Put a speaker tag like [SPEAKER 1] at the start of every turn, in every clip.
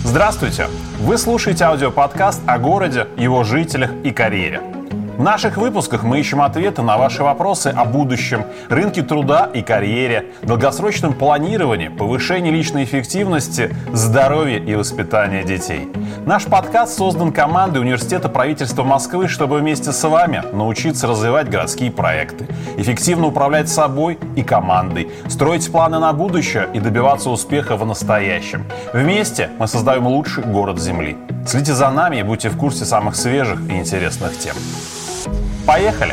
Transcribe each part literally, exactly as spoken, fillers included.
[SPEAKER 1] Здравствуйте! Вы слушаете аудиоподкаст о городе, его жителях и карьере. В наших выпусках мы ищем ответы на ваши вопросы о будущем, рынке труда и карьере, долгосрочном планировании, повышении личной эффективности, здоровье и воспитании детей. Наш подкаст создан командой Университета правительства Москвы, чтобы вместе с вами научиться развивать городские проекты, эффективно управлять собой и командой, строить планы на будущее и добиваться успеха в настоящем. Вместе мы создаем лучший город Земли. Следите за нами и будьте в курсе самых свежих и интересных тем. Поехали!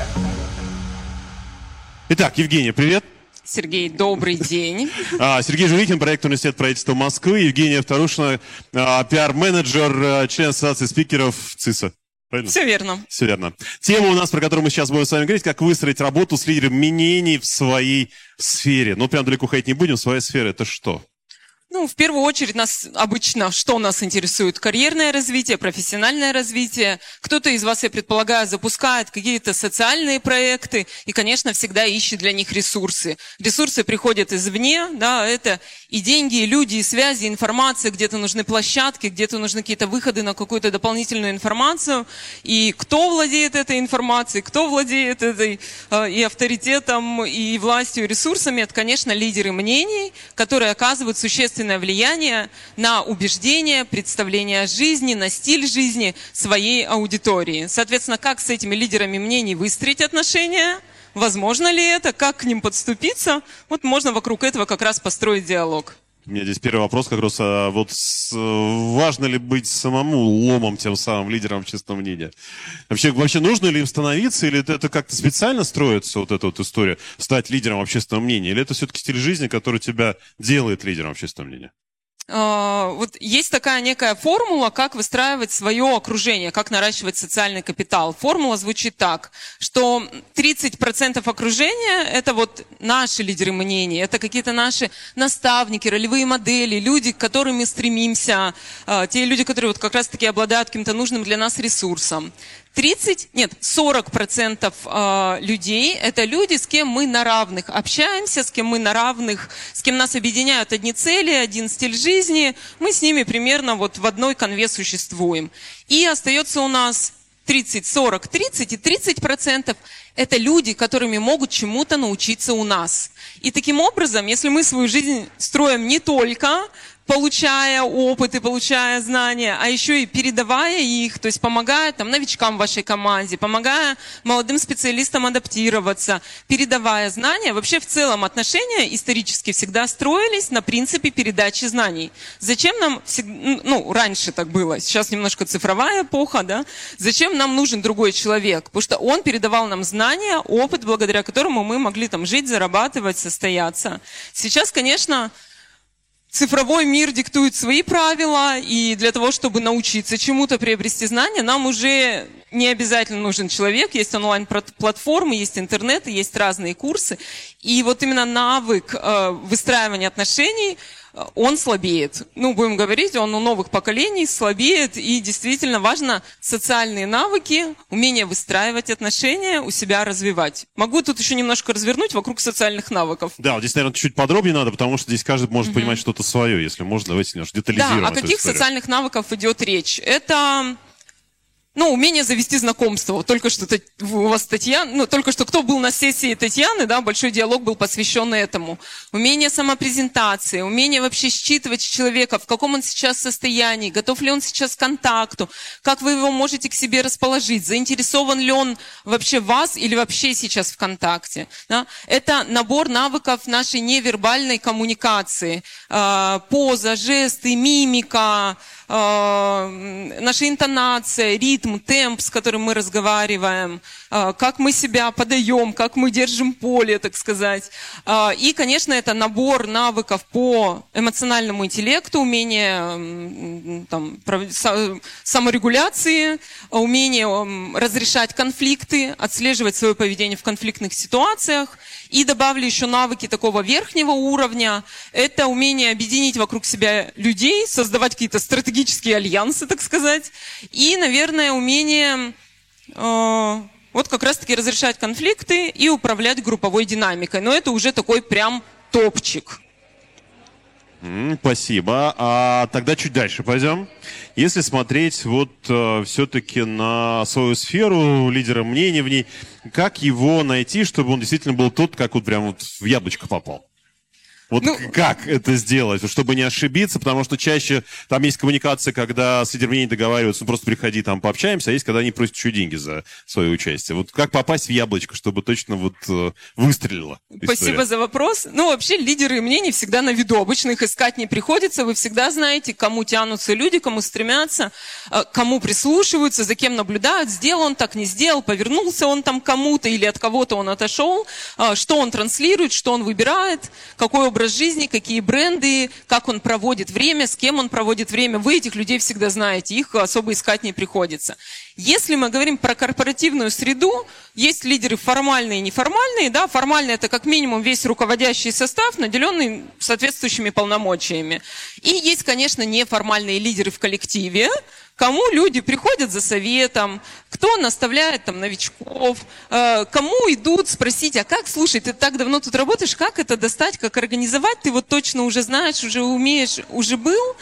[SPEAKER 2] Итак, Евгений, привет.
[SPEAKER 3] Сергей, добрый день.
[SPEAKER 2] Сергей Жуликин, проект Университет правительства Москвы. Евгения Вторушина, пиар-менеджер, член ассоциации спикеров ЦИСа. Правильно?
[SPEAKER 3] Все верно.
[SPEAKER 2] Все верно. Тема у нас, про которую мы сейчас будем с вами говорить, как выстроить работу с лидером мнений в своей сфере. Ну, прям далеко ходить не будем. Своя сфера – это что?
[SPEAKER 3] Ну, в первую очередь нас обычно, что нас интересует? Карьерное развитие, профессиональное развитие. Кто-то из вас, я предполагаю, запускает какие-то социальные проекты и, конечно, всегда ищет для них ресурсы. Ресурсы приходят извне, да, это и деньги, и люди, и связи, и информация, где-то нужны площадки, где-то нужны какие-то выходы на какую-то дополнительную информацию. И кто владеет этой информацией, кто владеет этой э, и авторитетом, и властью, и ресурсами, это, конечно, лидеры мнений, которые оказывают существенное влияние на убеждения, представления о жизни, на стиль жизни своей аудитории. Соответственно, как с этими лидерами мнений выстроить отношения? Возможно ли это? Как к ним подступиться? Вот можно вокруг этого как раз построить диалог.
[SPEAKER 2] У меня здесь первый вопрос как раз. А вот с, важно ли быть самому ломом, тем самым лидером общественного мнения? Вообще, вообще нужно ли им становиться, или это, это как-то специально строится, вот эта вот история, стать лидером общественного мнения? Или это все-таки стиль жизни, который тебя делает лидером общественного мнения?
[SPEAKER 3] Вот есть такая некая формула, как выстраивать свое окружение, как наращивать социальный капитал. Формула звучит так, что тридцать процентов окружения – это вот наши лидеры мнений, это какие-то наши наставники, ролевые модели, люди, к которым мы стремимся, те люди, которые вот как раз-таки обладают каким-то нужным для нас ресурсом. тридцать, нет, сорок процентов э, людей – это люди, с кем мы на равных общаемся, с кем мы на равных, с кем нас объединяют одни цели, один стиль жизни. Мы с ними примерно вот в одной канве существуем. И остается у нас тридцать, сорок, тридцать и тридцать процентов – это люди, которыми могут чему-то научиться у нас. И таким образом, если мы свою жизнь строим не только получая опыт и получая знания, а еще и передавая их, то есть помогая там, новичкам в вашей команде, помогая молодым специалистам адаптироваться, передавая знания. Вообще в целом отношения исторически всегда строились на принципе передачи знаний. Зачем нам, ну раньше так было, сейчас немножко цифровая эпоха, да? Зачем нам нужен другой человек? Потому что он передавал нам знания, опыт, благодаря которому мы могли там жить, зарабатывать, состояться. Сейчас, конечно, цифровой мир диктует свои правила, и для того, чтобы научиться чему-то, приобрести знания, нам уже не обязательно нужен человек. Есть онлайн-платформы, есть интернет, есть разные курсы. И вот именно навык э, выстраивания отношений, он слабеет. Ну, будем говорить, он у новых поколений слабеет, и действительно важно социальные навыки, умение выстраивать отношения, у себя развивать. Могу тут еще немножко развернуть вокруг социальных навыков.
[SPEAKER 2] Да, вот здесь, наверное, чуть подробнее надо, потому что здесь каждый может mm-hmm. понимать что-то свое. Если можно, давайте немножко детализируем.
[SPEAKER 3] Да, о каких
[SPEAKER 2] историю.
[SPEAKER 3] социальных навыках идет речь? Это... Ну, умение завести знакомство. Вот только что у вас Татьяна, ну, только что кто был на сессии Татьяны, да, большой диалог был посвящен этому. Умение самопрезентации, умение вообще считывать человека, в каком он сейчас состоянии, готов ли он сейчас к контакту, как вы его можете к себе расположить, заинтересован ли он вообще в вас или вообще сейчас в контакте. Да? Это набор навыков нашей невербальной коммуникации. Э, поза, жесты, мимика, э, наша интонация, ритм, темп, с которым мы разговариваем, как мы себя подаем, как мы держим поле, так сказать. И, конечно, это набор навыков по эмоциональному интеллекту, умение там, саморегуляции, умение разрешать конфликты, отслеживать свое поведение в конфликтных ситуациях. И добавлю еще навыки такого верхнего уровня. Это умение объединить вокруг себя людей, создавать какие-то стратегические альянсы, так сказать. И, наверное, умение э, вот как раз-таки разрешать конфликты и управлять групповой динамикой. Но это уже такой прям топчик.
[SPEAKER 2] Mm, спасибо. А тогда чуть дальше пойдем. Если смотреть вот э, все-таки на свою сферу, лидера мнений в ней, как его найти, чтобы он действительно был тот, как вот прям вот в яблочко попал? Вот ну, как это сделать, чтобы не ошибиться, потому что чаще там есть коммуникация, когда с лидером мнений договариваются, ну просто приходи, там пообщаемся, а есть, когда они просят еще деньги за свое участие. Вот как попасть в яблочко, чтобы точно вот э, выстрелило история?
[SPEAKER 3] Спасибо за вопрос. Ну, вообще, лидеры мнений всегда на виду. Обычно их искать не приходится. Вы всегда знаете, к кому тянутся люди, кому стремятся, кому прислушиваются, за кем наблюдают. Сделал он так, не сделал, повернулся он там кому-то или от кого-то он отошел, что он транслирует, что он выбирает, какой образ жизни, какие бренды, как он проводит время, с кем он проводит время. Вы этих людей всегда знаете, их особо искать не приходится. Если мы говорим про корпоративную среду, есть лидеры формальные и неформальные. Да? Формальные – это как минимум весь руководящий состав, наделенный соответствующими полномочиями. И есть, конечно, неформальные лидеры в коллективе, кому люди приходят за советом, кто наставляет там новичков, э, кому идут спросить, а как, слушай, ты так давно тут работаешь, как это достать, как организовать, ты вот точно уже знаешь, уже умеешь, уже был.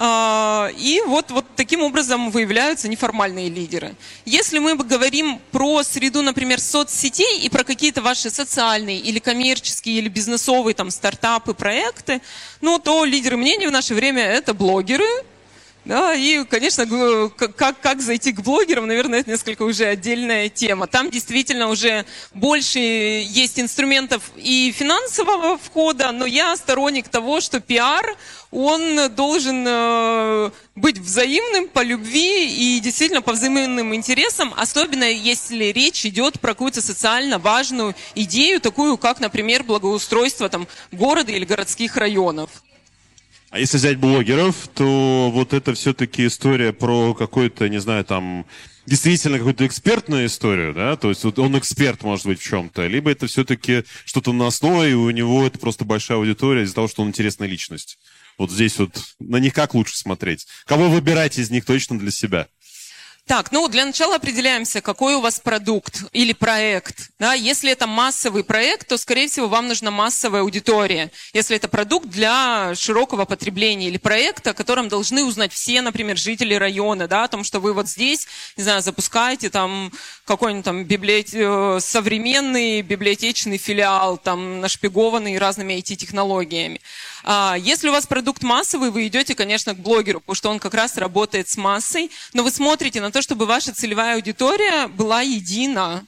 [SPEAKER 3] Э, и вот, вот таким образом выявляются неформальные лидеры. Если мы говорим про среду, например, соцсетей и про какие-то ваши социальные или коммерческие, или бизнесовые там стартапы, проекты, ну, то лидеры мнений в наше время – это блогеры. Да, и, конечно, как, как зайти к блогерам, наверное, это несколько уже отдельная тема. Там действительно уже больше есть инструментов и финансового входа, но я сторонник того, что пиар, он должен э, быть взаимным по любви и действительно по взаимным интересам, особенно если речь идет про какую-то социально важную идею, такую как, например, благоустройство там, города или городских районов.
[SPEAKER 2] А если взять блогеров, то вот это все-таки история про какой-то, не знаю, там, действительно какую-то экспертную историю, да? То есть вот он эксперт, может быть, в чем-то, либо это все-таки что-то на основе, и у него это просто большая аудитория из-за того, что он интересная личность. Вот здесь вот на них как лучше смотреть? Кого выбирать из них точно для себя?
[SPEAKER 3] Так, ну для начала определяемся, какой у вас продукт или проект. Да? Если это массовый проект, то, скорее всего, вам нужна массовая аудитория. Если это продукт для широкого потребления или проект, о котором должны узнать все, например, жители района, да, о том, что вы вот здесь, не знаю, запускаете там какой-нибудь там библиотек... современный библиотечный филиал, там нашпигованный разными ай ти-технологиями. А если у вас продукт массовый, вы идете, конечно, к блогеру, потому что он как раз работает с массой, но вы смотрите на то, чтобы ваша целевая аудитория была едина.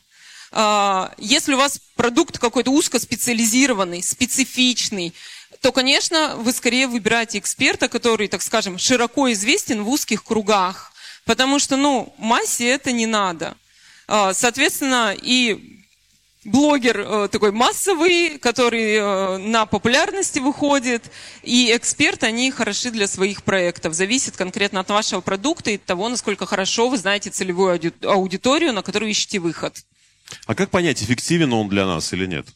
[SPEAKER 3] А если у вас продукт какой-то узкоспециализированный, специфичный, то, конечно, вы скорее выбираете эксперта, который, так скажем, широко известен в узких кругах, потому что, ну, массе это не надо. А, соответственно, и блогер э, такой массовый, который э, на популярности выходит, и эксперт, они хороши для своих проектов. Зависит конкретно от вашего продукта и от того, насколько хорошо вы знаете целевую ауди- аудиторию, на которую ищете выход.
[SPEAKER 2] А как понять, эффективен он для нас или нет?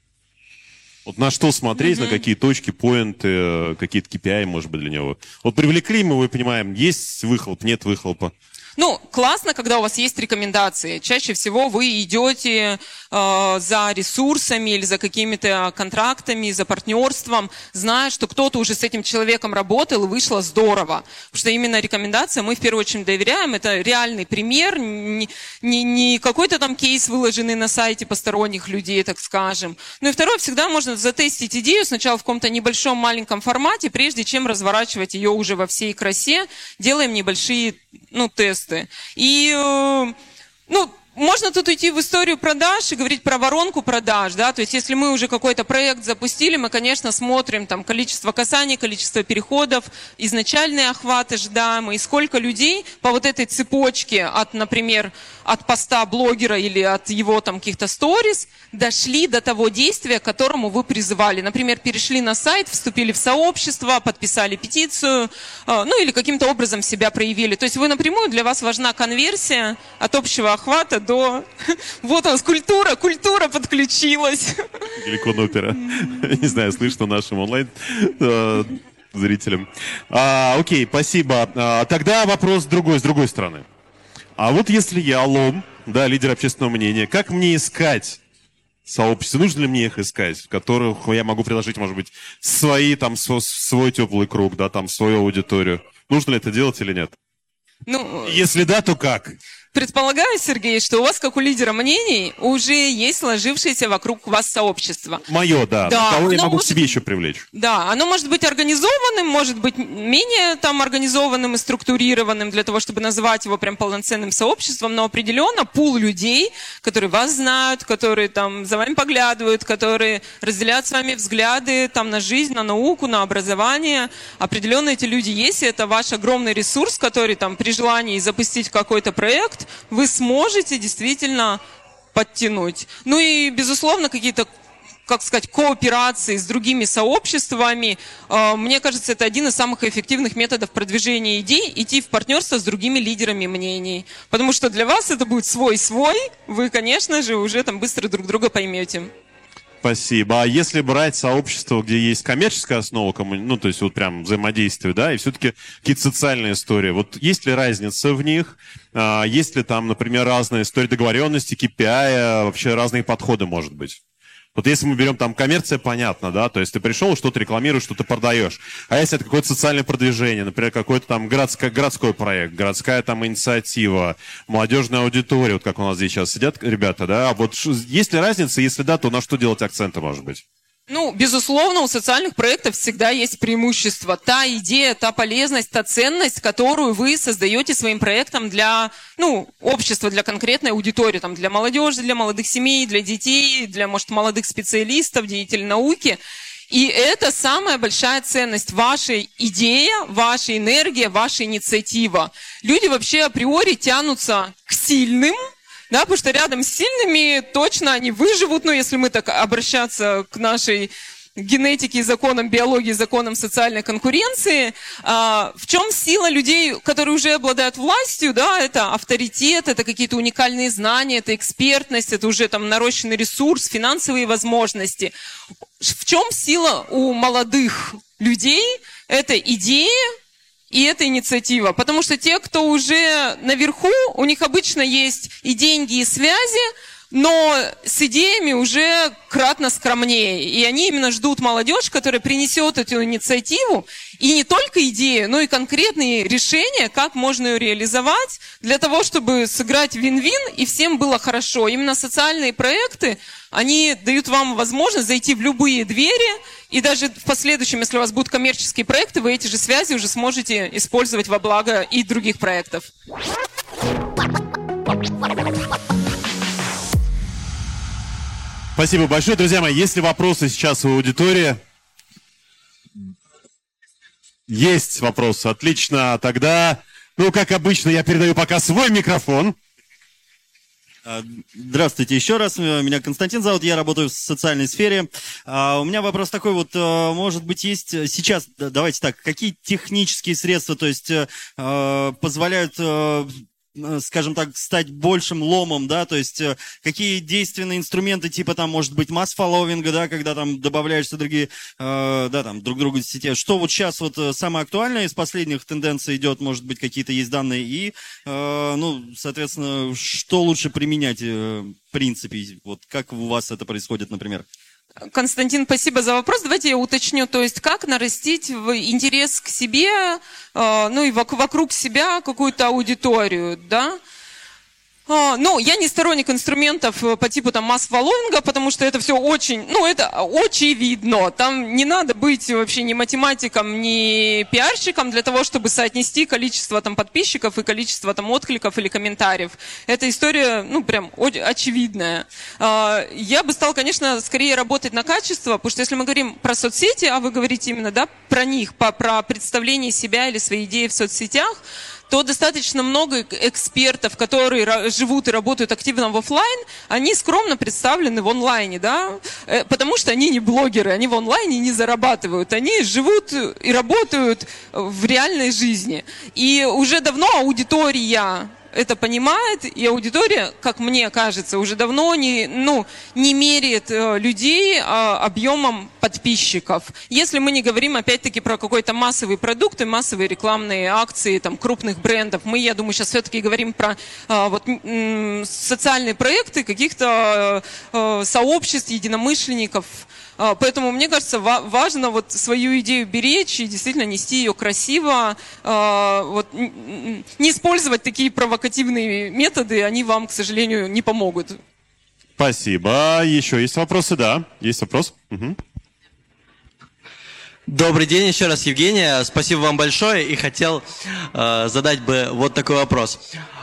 [SPEAKER 2] Вот на что смотреть, mm-hmm. на какие точки, поинты, какие-то кей пи ай, может быть, для него? Вот привлекли мы, мы понимаем, есть выхлоп, нет выхлопа.
[SPEAKER 3] Ну, классно, когда у вас есть рекомендации. Чаще всего вы идете э, за ресурсами или за какими-то контрактами, за партнерством, зная, что кто-то уже с этим человеком работал и вышло здорово. Потому что именно рекомендация мы в первую очередь доверяем. Это реальный пример, не, не, не какой-то там кейс, выложенный на сайте посторонних людей, так скажем. Ну и второе, всегда можно затестить идею сначала в каком-то небольшом маленьком формате, прежде чем разворачивать ее уже во всей красе. Делаем небольшие, ну, тесты. И, ну, можно тут уйти в историю продаж и говорить про воронку продаж, да, то есть если мы уже какой-то проект запустили, мы, конечно, смотрим там количество касаний, количество переходов, изначальные охваты ожидаемые, и сколько людей по вот этой цепочке от, например, от поста блогера или от его там каких-то сторис дошли до того действия, к которому вы призывали. Например, перешли на сайт, вступили в сообщество, подписали петицию, ну или каким-то образом себя проявили. То есть вы напрямую, для вас важна конверсия от общего охвата до... Вот она, культура, культура подключилась.
[SPEAKER 2] Или конопера. Не знаю, слышно нашим онлайн зрителям. А, окей, спасибо. А, тогда вопрос другой, с другой стороны. А вот если я лом, да, лидер общественного мнения, как мне искать сообщества? Нужно ли мне их искать, в которых я могу приложить, может быть, свои, там, свой теплый круг, да, там, свою аудиторию? Нужно ли это делать или нет?
[SPEAKER 3] Ну,
[SPEAKER 2] если да, то как?
[SPEAKER 3] Предполагаю, Сергей, что у вас, как у лидера мнений, уже есть сложившееся вокруг вас сообщество.
[SPEAKER 2] Мое, да.
[SPEAKER 3] Да,
[SPEAKER 2] кого я могу
[SPEAKER 3] может,
[SPEAKER 2] к себе еще привлечь.
[SPEAKER 3] Да, оно может быть организованным, может быть менее там организованным и структурированным для того, чтобы назвать его прям полноценным сообществом, но определенно пул людей, которые вас знают, которые там за вами поглядывают, которые разделяют с вами взгляды там на жизнь, на науку, на образование. Определенно эти люди есть, и это ваш огромный ресурс, который там при желании запустить какой-то проект вы сможете действительно подтянуть. Ну и, безусловно, какие-то, как сказать, кооперации с другими сообществами. Мне кажется, это один из самых эффективных методов продвижения идей, идти в партнерство с другими лидерами мнений. Потому что для вас это будет свой-свой, вы, конечно же, уже там быстро друг друга поймете.
[SPEAKER 2] Спасибо. А если брать сообщество, где есть коммерческая основа, ну, то есть вот прям взаимодействие, да, и все-таки какие-то социальные истории, вот есть ли разница в них? А, есть ли там, например, разные истории договоренности, кей пи ай, вообще разные подходы, может быть? Вот если мы берем там коммерция, понятно, да, то есть ты пришел, что-то рекламируешь, что-то продаешь. А если это какое-то социальное продвижение, например, какой-то там городской, городской проект, городская там инициатива, молодежная аудитория, вот как у нас здесь сейчас сидят ребята, да, вот есть ли разница, если да, то на что делать акценты, может быть?
[SPEAKER 3] Ну, безусловно, у социальных проектов всегда есть преимущество. Та идея, та полезность, та ценность, которую вы создаете своим проектом для, ну, общества, для конкретной аудитории, там, для молодежи, для молодых семей, для детей, для, может, молодых специалистов, деятелей науки. И это самая большая ценность. Ваша идея, ваша энергия, ваша инициатива. Люди вообще априори тянутся к сильным, да, потому что рядом с сильными точно они выживут, ну, если мы так обращаться к нашей генетике и законам биологии, законам социальной конкуренции. А, в чем сила людей, которые уже обладают властью, да, это авторитет, это какие-то уникальные знания, это экспертность, это уже там нарощенный ресурс, финансовые возможности. В чем сила у молодых людей? Это идеи, и это инициатива. Потому что те, кто уже наверху, у них обычно есть и деньги, и связи, но с идеями уже кратно скромнее. И они именно ждут молодежь, которая принесет эту инициативу, и не только идею, но и конкретные решения, как можно ее реализовать, для того, чтобы сыграть вин-вин, и всем было хорошо. Именно социальные проекты, они дают вам возможность зайти в любые двери, и даже в последующем, если у вас будут коммерческие проекты, вы эти же связи уже сможете использовать во благо и других проектов.
[SPEAKER 2] Спасибо большое, друзья мои. Есть ли вопросы сейчас у аудитории? Есть вопросы. Отлично. Тогда, ну, как обычно, я передаю пока свой микрофон.
[SPEAKER 4] Здравствуйте еще раз, меня Константин зовут, я работаю в социальной сфере. А, у меня вопрос такой, вот, может быть, есть сейчас, давайте так, какие технические средства, то есть, позволяют, скажем так, стать большим ломом, да, то есть, какие действенные инструменты, типа, там, может быть, масс-фолловинга, да, когда там добавляешься другие, да, там, друг другу в сети. Что вот сейчас вот самое актуальное из последних тенденций идет, может быть, какие-то есть данные, и, ну, соответственно, что лучше применять, в принципе, вот как у вас это происходит, например?
[SPEAKER 3] Константин, спасибо за вопрос. Давайте я уточню, то есть как нарастить интерес к себе, ну и вокруг себя какую-то аудиторию, да? Ну, я не сторонник инструментов по типу там масс-фолловинга, потому что это все очень, ну, это очевидно. Там не надо быть вообще ни математиком, ни пиарщиком для того, чтобы соотнести количество там подписчиков и количество там откликов или комментариев. Эта история, ну, прям очевидная. Я бы стала, конечно, скорее работать на качество, потому что если мы говорим про соцсети, а вы говорите именно, да, про них, про представление себя или свои идеи в соцсетях, то достаточно много экспертов, которые живут и работают активно в офлайн, они скромно представлены в онлайне, да, потому что они не блогеры, они в онлайне не зарабатывают, они живут и работают в реальной жизни. И уже давно аудитория это понимает, и аудитория, как мне кажется, уже давно не, ну, не меряет людей объемом подписчиков. Если мы не говорим, опять-таки, про какой-то массовый продукт и массовые рекламные акции там, крупных брендов, мы, я думаю, сейчас все-таки говорим про вот, социальные проекты каких-то сообществ, единомышленников. Поэтому, мне кажется, важно вот свою идею беречь и действительно нести ее красиво. Вот, не использовать такие провокативные методы, они вам, к сожалению, не помогут.
[SPEAKER 2] Спасибо. Еще есть вопросы? Да, есть вопрос. Угу.
[SPEAKER 5] Добрый день еще раз, Евгения. Спасибо вам большое. И хотел э, задать бы вот такой вопрос.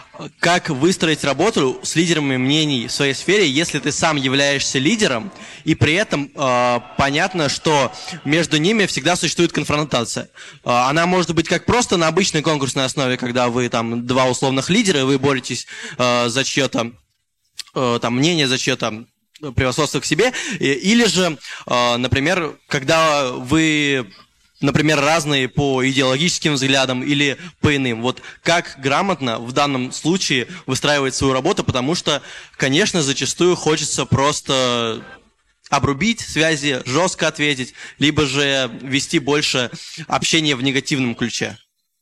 [SPEAKER 5] Как выстроить работу с лидерами мнений в своей сфере, если ты сам являешься лидером, и при этом э, понятно, что между ними всегда существует конфронтация. Э, она может быть как просто на обычной конкурсной основе, когда вы там два условных лидера, и вы боретесь э, за чье-то э, там мнение, за чье-то превосходство к себе, или же, э, например, когда вы... например, разные по идеологическим взглядам или по иным. Вот как грамотно в данном случае выстраивать свою работу, потому что, конечно, зачастую хочется просто обрубить связи, жестко ответить, либо же вести больше общения в негативном ключе.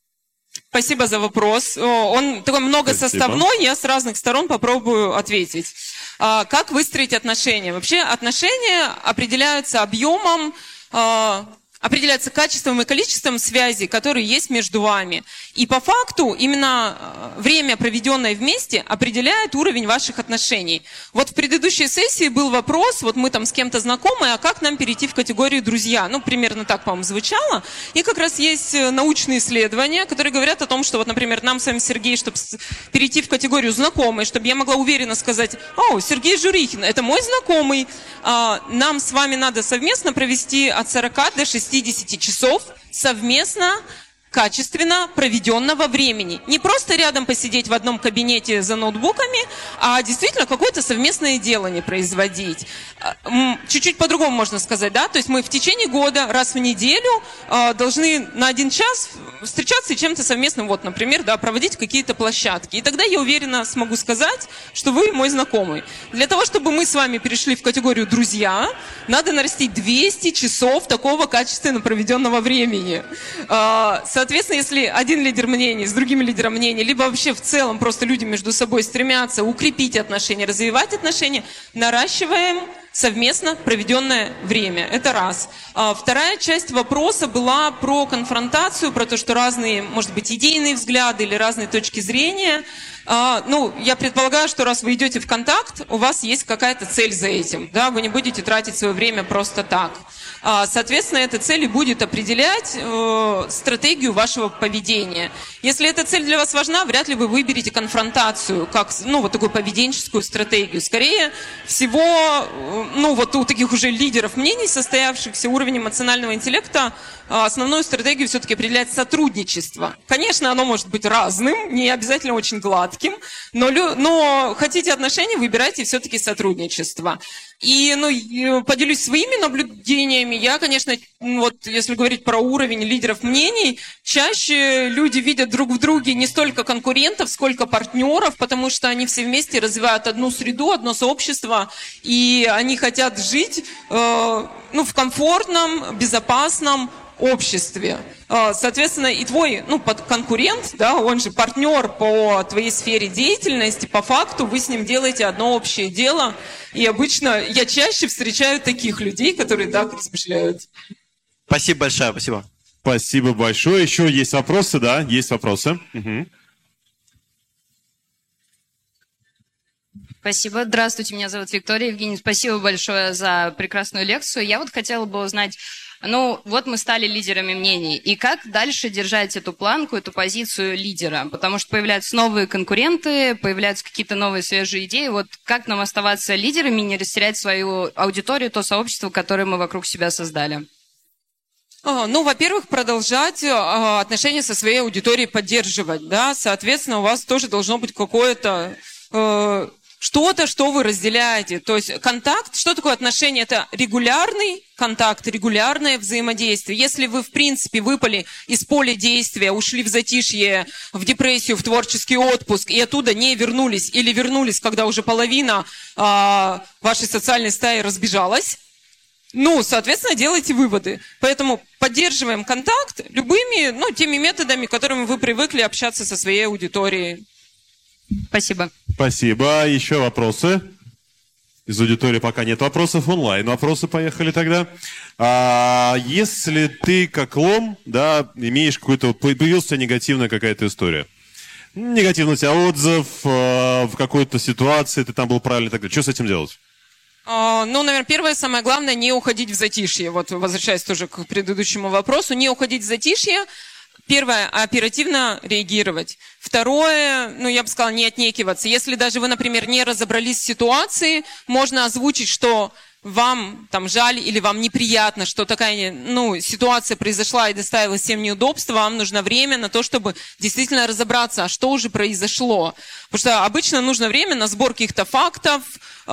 [SPEAKER 3] Спасибо за вопрос. Он такой многосоставной, я с разных сторон попробую ответить. Как выстроить отношения? Вообще отношения определяются объемом, определяется качеством и количеством связей, которые есть между вами. И по факту именно время, проведенное вместе, определяет уровень ваших отношений. Вот в предыдущей сессии был вопрос, вот мы там с кем-то знакомы, а как нам перейти в категорию друзья? Ну, примерно так, по-моему, звучало. И как раз есть научные исследования, которые говорят о том, что вот, например, нам с вами, Сергей, чтобы перейти в категорию знакомый, чтобы я могла уверенно сказать: «О, Сергей Журихин, это мой знакомый», нам с вами надо совместно провести от сорока до шестидесяти часов совместно, качественно проведенного времени. Не просто рядом посидеть в одном кабинете за ноутбуками, а действительно какое-то совместное делание производить. Чуть-чуть по-другому можно сказать, да? То есть мы в течение года, раз в неделю должны на один час встречаться и чем-то совместным, вот, например, да, проводить какие-то площадки. И тогда я уверенно смогу сказать, что вы мой знакомый. Для того, чтобы мы с вами перешли в категорию «друзья», надо нарастить двести часов такого качественно проведенного времени. Соответственно, если один лидер мнений с другим лидером мнений, либо вообще в целом просто люди между собой стремятся укрепить отношения, развивать отношения, наращиваем совместно проведенное время. Это раз. Вторая часть вопроса была про конфронтацию, про то, что разные, может быть, идейные взгляды или разные точки зрения. Ну, я предполагаю, что раз вы идете в контакт, у вас есть какая-то цель за этим. Да? Вы не будете тратить свое время просто так. Соответственно, эта цель и будет определять э, стратегию вашего поведения. Если эта цель для вас важна, вряд ли вы выберете конфронтацию, как, ну, вот такую поведенческую стратегию. Скорее всего, э, ну, вот у таких уже лидеров мнений, состоявшихся, уровень эмоционального интеллекта, э, основную стратегию все-таки определяет сотрудничество. Конечно, оно может быть разным, не обязательно очень гладким, но, но хотите отношения, выбирайте все-таки сотрудничество. И, ну, поделюсь своими наблюдениями. Я, конечно, вот если говорить про уровень лидеров мнений, чаще люди видят друг в друге не столько конкурентов, сколько партнеров, потому что они все вместе развивают одну среду, одно сообщество, и они хотят жить э, ну, в комфортном, безопасном обществе. Соответственно, и твой, ну, конкурент, да, он же партнер по твоей сфере деятельности, по факту вы с ним делаете одно общее дело. И обычно я чаще встречаю таких людей, которые так размышляют.
[SPEAKER 5] Спасибо большое, спасибо.
[SPEAKER 2] Спасибо большое. Еще есть вопросы, да? Есть вопросы. Угу.
[SPEAKER 6] Спасибо. Здравствуйте, меня зовут Виктория. Евгений, спасибо большое за прекрасную лекцию. Я вот хотела бы узнать, ну, вот мы стали лидерами мнений. И как дальше держать эту планку, эту позицию лидера? Потому что появляются новые конкуренты, появляются какие-то новые свежие идеи. Вот как нам оставаться лидерами, не растерять свою аудиторию, то сообщество, которое мы вокруг себя создали?
[SPEAKER 3] Ну, во-первых, продолжать отношения со своей аудиторией поддерживать, да. Соответственно, у вас тоже должно быть какое-то... что-то, что вы разделяете. То есть контакт, что такое отношение? Это регулярный контакт, регулярное взаимодействие. Если вы, в принципе, выпали из поля действия, ушли в затишье, в депрессию, в творческий отпуск, и оттуда не вернулись, или вернулись, когда уже половина а, вашей социальной стаи разбежалась, ну, соответственно, делайте выводы. Поэтому поддерживаем контакт любыми, ну, теми методами, которыми вы привыкли общаться со своей аудиторией.
[SPEAKER 6] Спасибо.
[SPEAKER 2] Спасибо. Еще вопросы? Из аудитории пока нет вопросов. Онлайн вопросы, поехали тогда. А, если ты как лом, да, имеешь какой-то, появилась у тебя негативная какая-то история. Негативный у тебя отзыв а, в какой-то ситуации, ты там был правильный и так далее. Что с этим делать?
[SPEAKER 3] Uh, ну, наверное, первое, самое главное, не уходить в затишье. Вот, возвращаясь тоже к предыдущему вопросу, не уходить в затишье. Первое, оперативно реагировать. Второе, ну, я бы сказала, не отнекиваться. Если даже вы, например, не разобрались в ситуации, можно озвучить, что вам там жаль или вам неприятно, что такая, ну, ситуация произошла и доставила всем неудобства, вам нужно время на то, чтобы действительно разобраться, а что уже произошло. Потому что обычно нужно время на сбор каких-то фактов, э,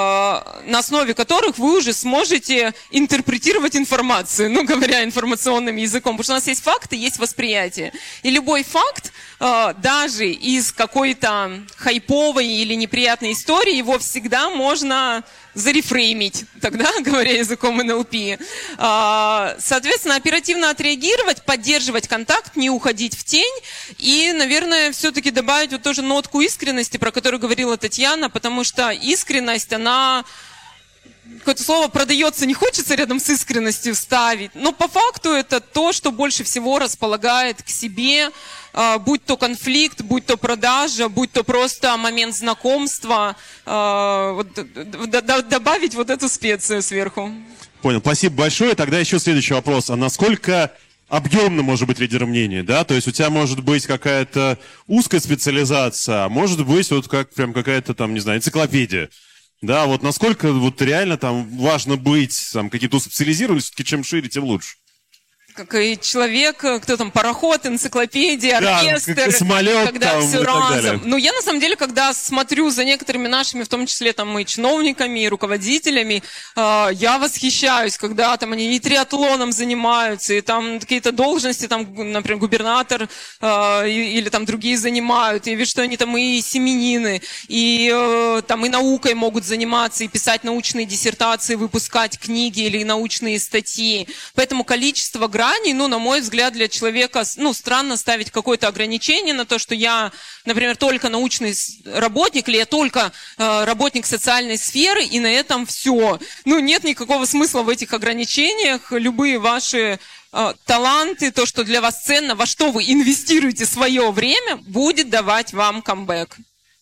[SPEAKER 3] на основе которых вы уже сможете интерпретировать информацию, ну, говоря информационным языком. Потому что у нас есть факты, есть восприятие. И любой факт, э, даже из какой-то хайповой или неприятной истории, его всегда можно зарефреймить, тогда, говоря языком эн эл пи. Соответственно, оперативно отреагировать, поддерживать контакт, не уходить в тень и, наверное, все-таки добавить вот тоже нотку искренности, про которую говорила Татьяна, потому что искренность, она... Какое-то слово продается, не хочется рядом с искренностью ставить, но по факту это то, что больше всего располагает к себе, будь то конфликт, будь то продажа, будь то просто момент знакомства, вот, добавить вот эту специю сверху.
[SPEAKER 2] Понял, спасибо большое. Тогда еще следующий вопрос. А насколько объемно может быть лидер мнения, да? То есть у тебя может быть какая-то узкая специализация, а может быть вот как прям какая-то там, не знаю, энциклопедия. Да, вот насколько вот реально там важно быть там какие-то специализированные, все-таки чем шире, тем лучше.
[SPEAKER 3] Как и человек, кто там, пароход, энциклопедия,
[SPEAKER 2] да,
[SPEAKER 3] оркестр,
[SPEAKER 2] самолет,
[SPEAKER 3] когда
[SPEAKER 2] там,
[SPEAKER 3] все
[SPEAKER 2] и
[SPEAKER 3] разом.
[SPEAKER 2] так далее.
[SPEAKER 3] Ну, я на самом деле, когда смотрю за некоторыми нашими, в том числе там и чиновниками, и руководителями, э, я восхищаюсь, когда там они и триатлоном занимаются, и там какие-то должности, там, например, губернатор э, и, или там другие занимают, и вижу, что они там и семенины, и э, там и наукой могут заниматься, и писать научные диссертации, выпускать книги или научные статьи. Поэтому количество граждан, ну, на мой взгляд, для человека, ну, странно ставить какое-то ограничение на то, что я, например, только научный работник, или я только э, работник социальной сферы, и на этом все. Ну, нет никакого смысла в этих ограничениях. Любые ваши э, таланты, то, что для вас ценно, во что вы инвестируете свое время, будет давать вам камбэк.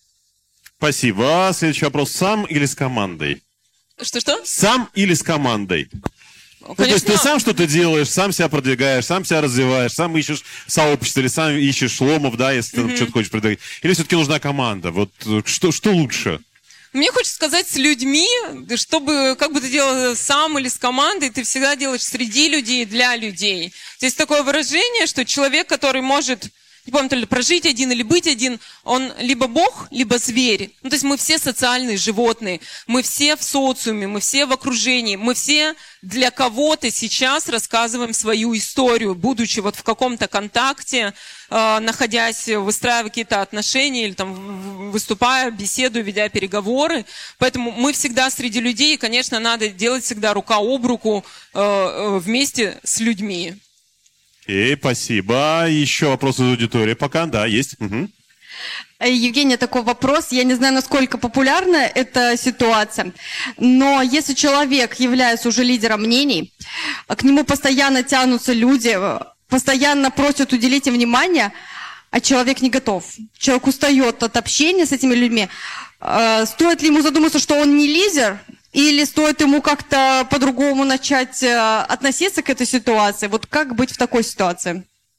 [SPEAKER 2] Спасибо. Следующий вопрос. Сам или с командой?
[SPEAKER 3] Что-что?
[SPEAKER 2] Сам или с командой? Ну,
[SPEAKER 3] Конечно.
[SPEAKER 2] то есть ты сам что-то делаешь, сам себя продвигаешь, сам себя развиваешь, сам ищешь сообщество или сам ищешь ломов, да, если ты mm-hmm. что-то хочешь продвигать. Или все-таки нужна команда? Вот что, что лучше?
[SPEAKER 3] Мне хочется сказать, с людьми, чтобы, как бы ты делал сам или с командой, ты всегда делаешь среди людей, для людей. Здесь такое выражение, что человек, который может... Не помню, то ли прожить один или быть один, он либо бог, либо зверь. Ну, то есть мы все социальные животные, мы все в социуме, мы все в окружении, мы все для кого-то сейчас рассказываем свою историю, будучи вот в каком-то контакте, э, находясь, выстраивая какие-то отношения или там выступая, беседуя, ведя переговоры. Поэтому мы всегда среди людей, и, конечно, надо делать всегда рука об руку э, вместе с людьми.
[SPEAKER 2] Окей, спасибо. Еще вопрос из аудитории пока, да, есть. Угу.
[SPEAKER 7] Евгения, такой вопрос. Я не знаю, насколько популярна эта ситуация, но если человек является уже лидером мнений, к нему постоянно тянутся люди, постоянно просят уделить им внимание, а человек не готов. Человек устает от общения с этими людьми. Стоит ли ему задуматься, что он не лидер? Или стоит ему как-то по-другому начать э, относиться к этой ситуации? Вот как быть в такой ситуации?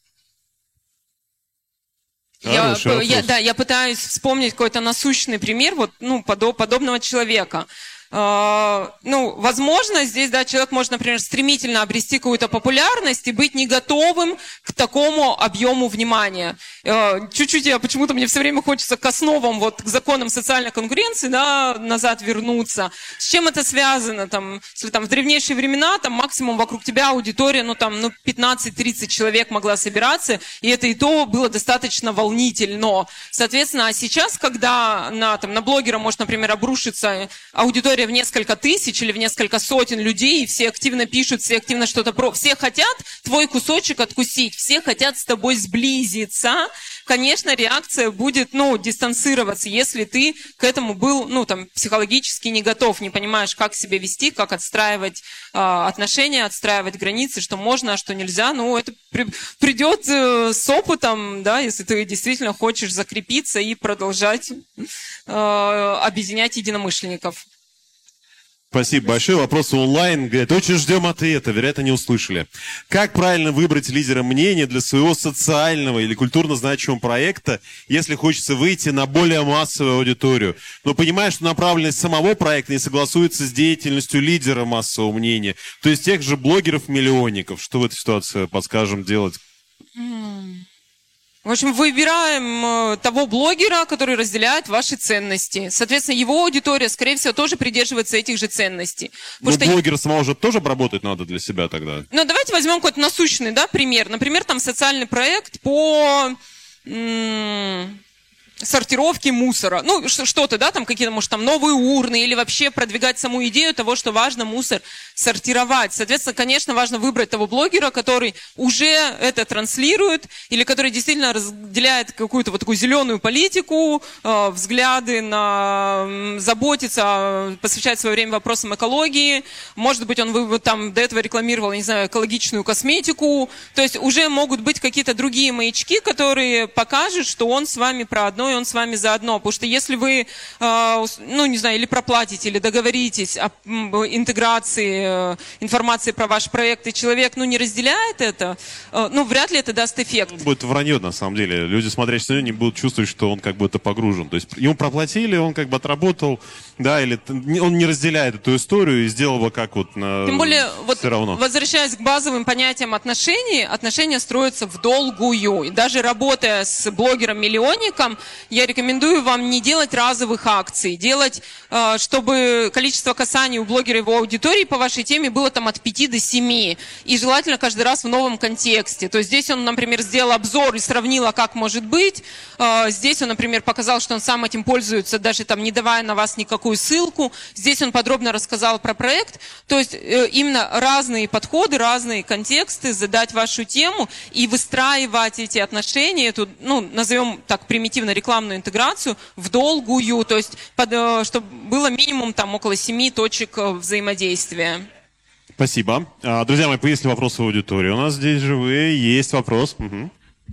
[SPEAKER 3] Я, я, да, я пытаюсь вспомнить какой-то насущный пример вот, ну, подо, подобного человека. ну, возможно, здесь, да, человек может, например, стремительно обрести какую-то популярность и быть не готовым к такому объему внимания. Чуть-чуть я, почему-то мне все время хочется к основам, вот, к законам социальной конкуренции, да, назад вернуться. С чем это связано? Там, если там в древнейшие времена, там максимум вокруг тебя аудитория, ну, там, ну, пятнадцать-тридцать человек могла собираться, и это и то было достаточно волнительно. Соответственно, а сейчас, когда на, там, на блогера может, например, обрушиться аудитория в несколько тысяч или в несколько сотен людей, и все активно пишут, все активно что-то про... Все хотят твой кусочек откусить, все хотят с тобой сблизиться. Конечно, реакция будет, ну, дистанцироваться, если ты к этому был, ну, там, психологически не готов, не понимаешь, как себя вести, как отстраивать э, отношения, отстраивать границы, что можно, а что нельзя. Ну, это при... придет э, с опытом, да, если ты действительно хочешь закрепиться и продолжать э, объединять единомышленников.
[SPEAKER 2] Спасибо большое. Вопросы онлайн. Говорят, очень ждем ответа. Вероятно, не услышали. Как правильно выбрать лидера мнения для своего социального или культурно значимого проекта, если хочется выйти на более массовую аудиторию? Но понимая, что направленность самого проекта не согласуется с деятельностью лидера массового мнения, то есть тех же блогеров-миллионников. Что в этой ситуации подскажем делать?
[SPEAKER 3] В общем, выбираем того блогера, который разделяет ваши ценности. Соответственно, его аудитория, скорее всего, тоже придерживается этих же ценностей.
[SPEAKER 2] Но
[SPEAKER 3] что...
[SPEAKER 2] блогера самого же тоже обработать надо для себя тогда.
[SPEAKER 3] Ну, давайте возьмем какой-то насущный, да, пример. Например, там социальный проект по м- сортировке мусора. Ну, что-то, да, там какие-то, может, там новые урны или вообще продвигать саму идею того, что важно мусор сортировать. Соответственно, конечно, важно выбрать того блогера, который уже это транслирует или который действительно разделяет какую-то вот такую зеленую политику, э, взгляды на э, заботиться, посвящать свое время вопросам экологии. Может быть, он вы, там до этого рекламировал, не знаю, экологичную косметику. То есть уже могут быть какие-то другие маячки, которые покажут, что он с вами про одно, и он с вами заодно. Потому что если вы, э, ну, не знаю, или проплатите, или договоритесь о интеграции информации про ваш проект, и человек, ну, не разделяет это, ну, вряд ли это даст эффект.
[SPEAKER 2] Будет вранье, на самом деле. Люди, смотрящие на него, не будут чувствовать, что он как бы это погружен. То есть ему проплатили, он как бы отработал, да, или он не разделяет эту историю и сделал бы как вот на...
[SPEAKER 3] Тем более, вот,
[SPEAKER 2] равно.
[SPEAKER 3] Возвращаясь к базовым понятиям отношений, отношения строятся в долгую. И даже работая с блогером-миллионником, я рекомендую вам не делать разовых акций, делать, чтобы количество касаний у блогера и его аудитории по вашей теме было там от пяти до семи. И желательно каждый раз в новом контексте. То есть здесь он, например, сделал обзор и сравнил, а как может быть. Здесь он, например, показал, что он сам этим пользуется, даже там не давая на вас никакую ссылку. Здесь он подробно рассказал про проект. То есть именно разные подходы, разные контексты, задать вашу тему и выстраивать эти отношения, эту, ну, назовем так примитивно, рекламную интеграцию в долгую. То есть под, чтобы было минимум там около семи точек взаимодействия.
[SPEAKER 2] Спасибо. Друзья мои, есть ли вопросы в аудитории? У нас здесь живые, есть вопрос. Угу.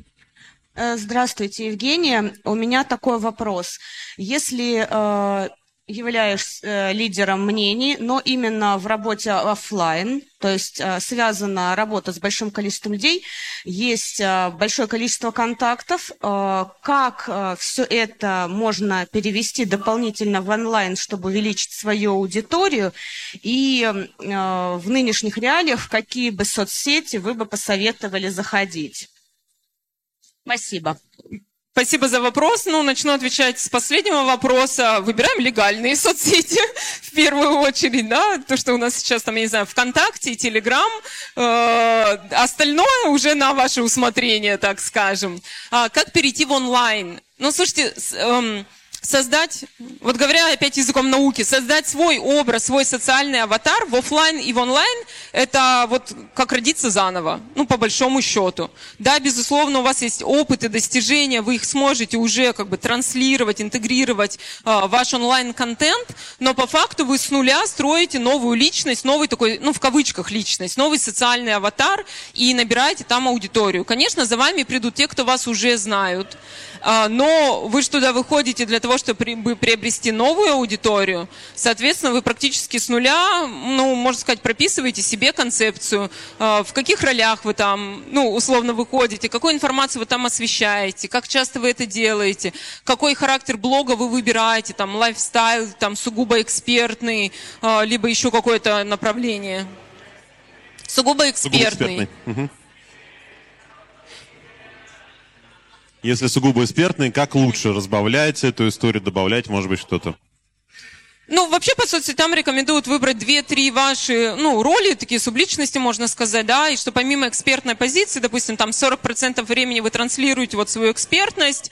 [SPEAKER 8] Здравствуйте, Евгения. У меня такой вопрос. Если э, являешься э, лидером мнений, но именно в работе офлайн, то есть э, связана работа с большим количеством людей, есть э, большое количество контактов, э, как э, все это можно перевести дополнительно в онлайн, чтобы увеличить свою аудиторию, и э, в нынешних реалиях в какие бы соцсети вы бы посоветовали заходить? Спасибо.
[SPEAKER 3] Спасибо за вопрос. Ну, начну отвечать с последнего вопроса. Выбираем легальные соцсети в первую очередь, да, то, что у нас сейчас там, я не знаю, ВКонтакте, Телеграм, э, остальное уже на ваше усмотрение, так скажем. А как перейти в онлайн? Ну, слушайте, с, э, создать, вот говоря опять языком науки, создать свой образ, свой социальный аватар в офлайн и в онлайн, это вот как родиться заново, ну, по большому счету. Да, безусловно, у вас есть опыт и достижения, вы их сможете уже как бы транслировать, интегрировать э, ваш онлайн-контент, но по факту вы с нуля строите новую личность, новый такой, ну, в кавычках личность, новый социальный аватар и набираете там аудиторию. Конечно, за вами придут те, кто вас уже знают, э, но вы же туда выходите для того, того, чтобы приобрести новую аудиторию, соответственно, вы практически с нуля, ну, можно сказать, прописываете себе концепцию, в каких ролях вы там, ну, условно выходите, какую информацию вы там освещаете, как часто вы это делаете, какой характер блога вы выбираете, там, лайфстайл, там, сугубо экспертный, либо еще какое-то направление. Сугубо экспертный.
[SPEAKER 2] Сугубо экспертный. Угу. Если сугубо экспертный, как лучше разбавлять эту историю, добавлять, может быть, что-то?
[SPEAKER 3] Ну, вообще по соцсетям рекомендуют выбрать две-три ваши, ну, роли, такие субличности, можно сказать, да, и что помимо экспертной позиции, допустим, там сорок процентов времени вы транслируете вот свою экспертность,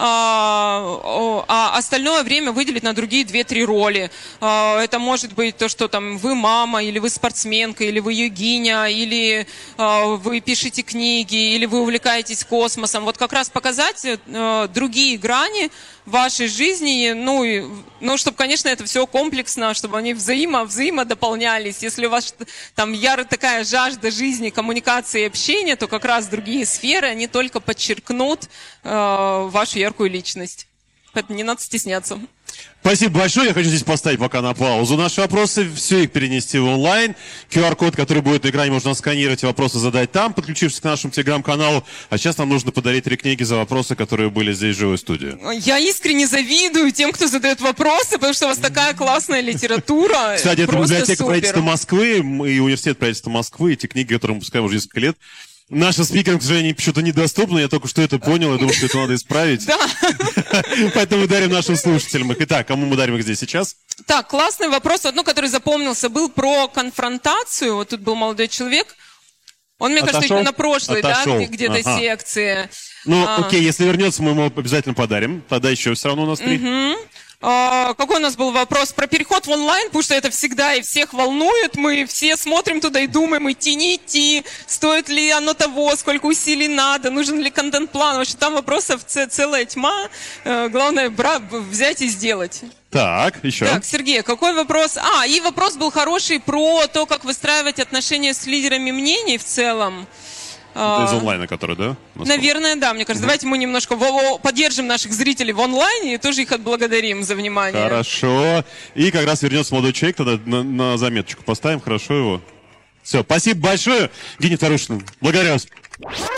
[SPEAKER 3] а, а остальное время выделить на другие две-три роли. А, это может быть то, что там вы мама, или вы спортсменка, или вы йогиня, или а, вы пишете книги, или вы увлекаетесь космосом. Вот как раз показать а, другие грани вашей жизни, ну, и, ну, чтобы, конечно, это все комплексно, чтобы они взаимо, взаимодополнялись. Если у вас там ярая такая жажда жизни, коммуникации и общения, то как раз другие сферы, они только подчеркнут э, вашу яркую личность. Поэтому не надо стесняться.
[SPEAKER 2] Спасибо большое. Я хочу здесь поставить пока на паузу наши вопросы, все их перенести в онлайн. ку ар код, который будет на экране, можно сканировать и вопросы задать там, подключившись к нашему телеграм-каналу. А сейчас нам нужно подарить три книги за вопросы, которые были здесь в живой студии.
[SPEAKER 3] Я искренне завидую тем, кто задает вопросы, потому что у вас такая классная литература.
[SPEAKER 2] Кстати, это библиотека
[SPEAKER 3] супер.
[SPEAKER 2] правительства Москвы и университет правительства Москвы. Эти книги, которые мы пускаем уже несколько лет. Нашим спикерам, к сожалению, почему-то недоступны. Я только что это понял. Я думаю, что это надо исправить.
[SPEAKER 3] Да.
[SPEAKER 2] Поэтому мы дарим нашим слушателям их. Итак, кому мы дарим их здесь сейчас?
[SPEAKER 3] Так, классный вопрос. Одно, который запомнился, был про конфронтацию. Вот тут был молодой человек. Он, мне
[SPEAKER 2] Отошел?
[SPEAKER 3] кажется, на прошлой,
[SPEAKER 2] Отошел.
[SPEAKER 3] да, где-то
[SPEAKER 2] Ага.
[SPEAKER 3] секции.
[SPEAKER 2] Ну,
[SPEAKER 3] А.
[SPEAKER 2] окей, если вернется, мы ему обязательно подарим. Тогда еще все равно у нас три.
[SPEAKER 3] Угу. А, какой у нас был вопрос про переход в онлайн, потому что это всегда и всех волнует. Мы все смотрим туда и думаем, идти, не идти, стоит ли оно того, сколько усилий надо, нужен ли контент-план. В общем, там вопросов ц- целая тьма. Э, главное бра- взять и сделать.
[SPEAKER 2] Так, еще.
[SPEAKER 3] Так, Сергей, какой вопрос? А, и вопрос был хороший про то, как выстраивать отношения с лидерами мнений в целом.
[SPEAKER 2] Это из онлайна, который, да?
[SPEAKER 3] Наверное, да. Мне кажется, давайте мы немножко в- в- поддержим наших зрителей в онлайне и тоже их отблагодарим за внимание.
[SPEAKER 2] Хорошо. И как раз вернется молодой человек, тогда на, на заметочку поставим, хорошо его. Все, спасибо большое. Евгений Вторушин, благодарю вас.